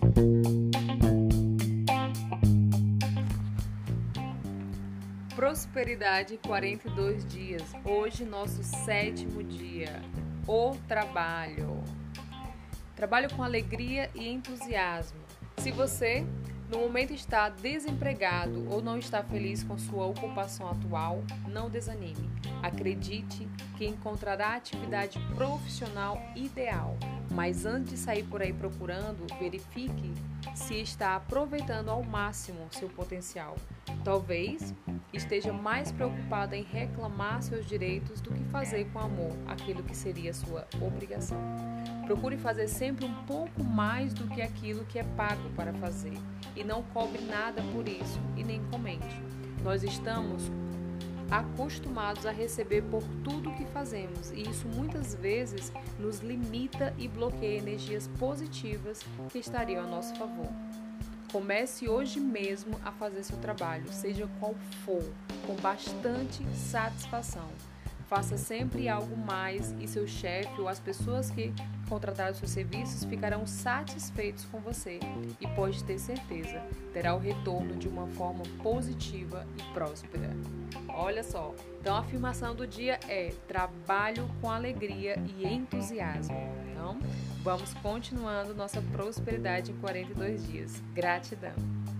Prosperidade 42 dias. Hoje, nosso 7º dia. O trabalho. Trabalho com alegria e entusiasmo. Se você, no momento, está desempregado ou não está feliz com sua ocupação atual, não desanime. Acredite que encontrará a atividade profissional ideal. Mas antes de sair por aí procurando, verifique se está aproveitando ao máximo seu potencial. Talvez esteja mais preocupada em reclamar seus direitos do que fazer com amor aquilo que seria sua obrigação. Procure fazer sempre um pouco mais do que aquilo que é pago para fazer e não cobre nada por isso e nem comente. Nós estamos acostumados a receber por tudo o que fazemos e isso muitas vezes nos limita e bloqueia energias positivas que estariam a nosso favor. Comece hoje mesmo a fazer seu trabalho, seja qual for, com bastante satisfação. Faça sempre algo mais e seu chefe ou as pessoas que contrataram seus serviços ficarão satisfeitos com você e pode ter certeza, terá o retorno de uma forma positiva e próspera. Olha só, então a afirmação do dia é: trabalho com alegria e entusiasmo. Então, vamos continuando nossa prosperidade em 42 dias. Gratidão!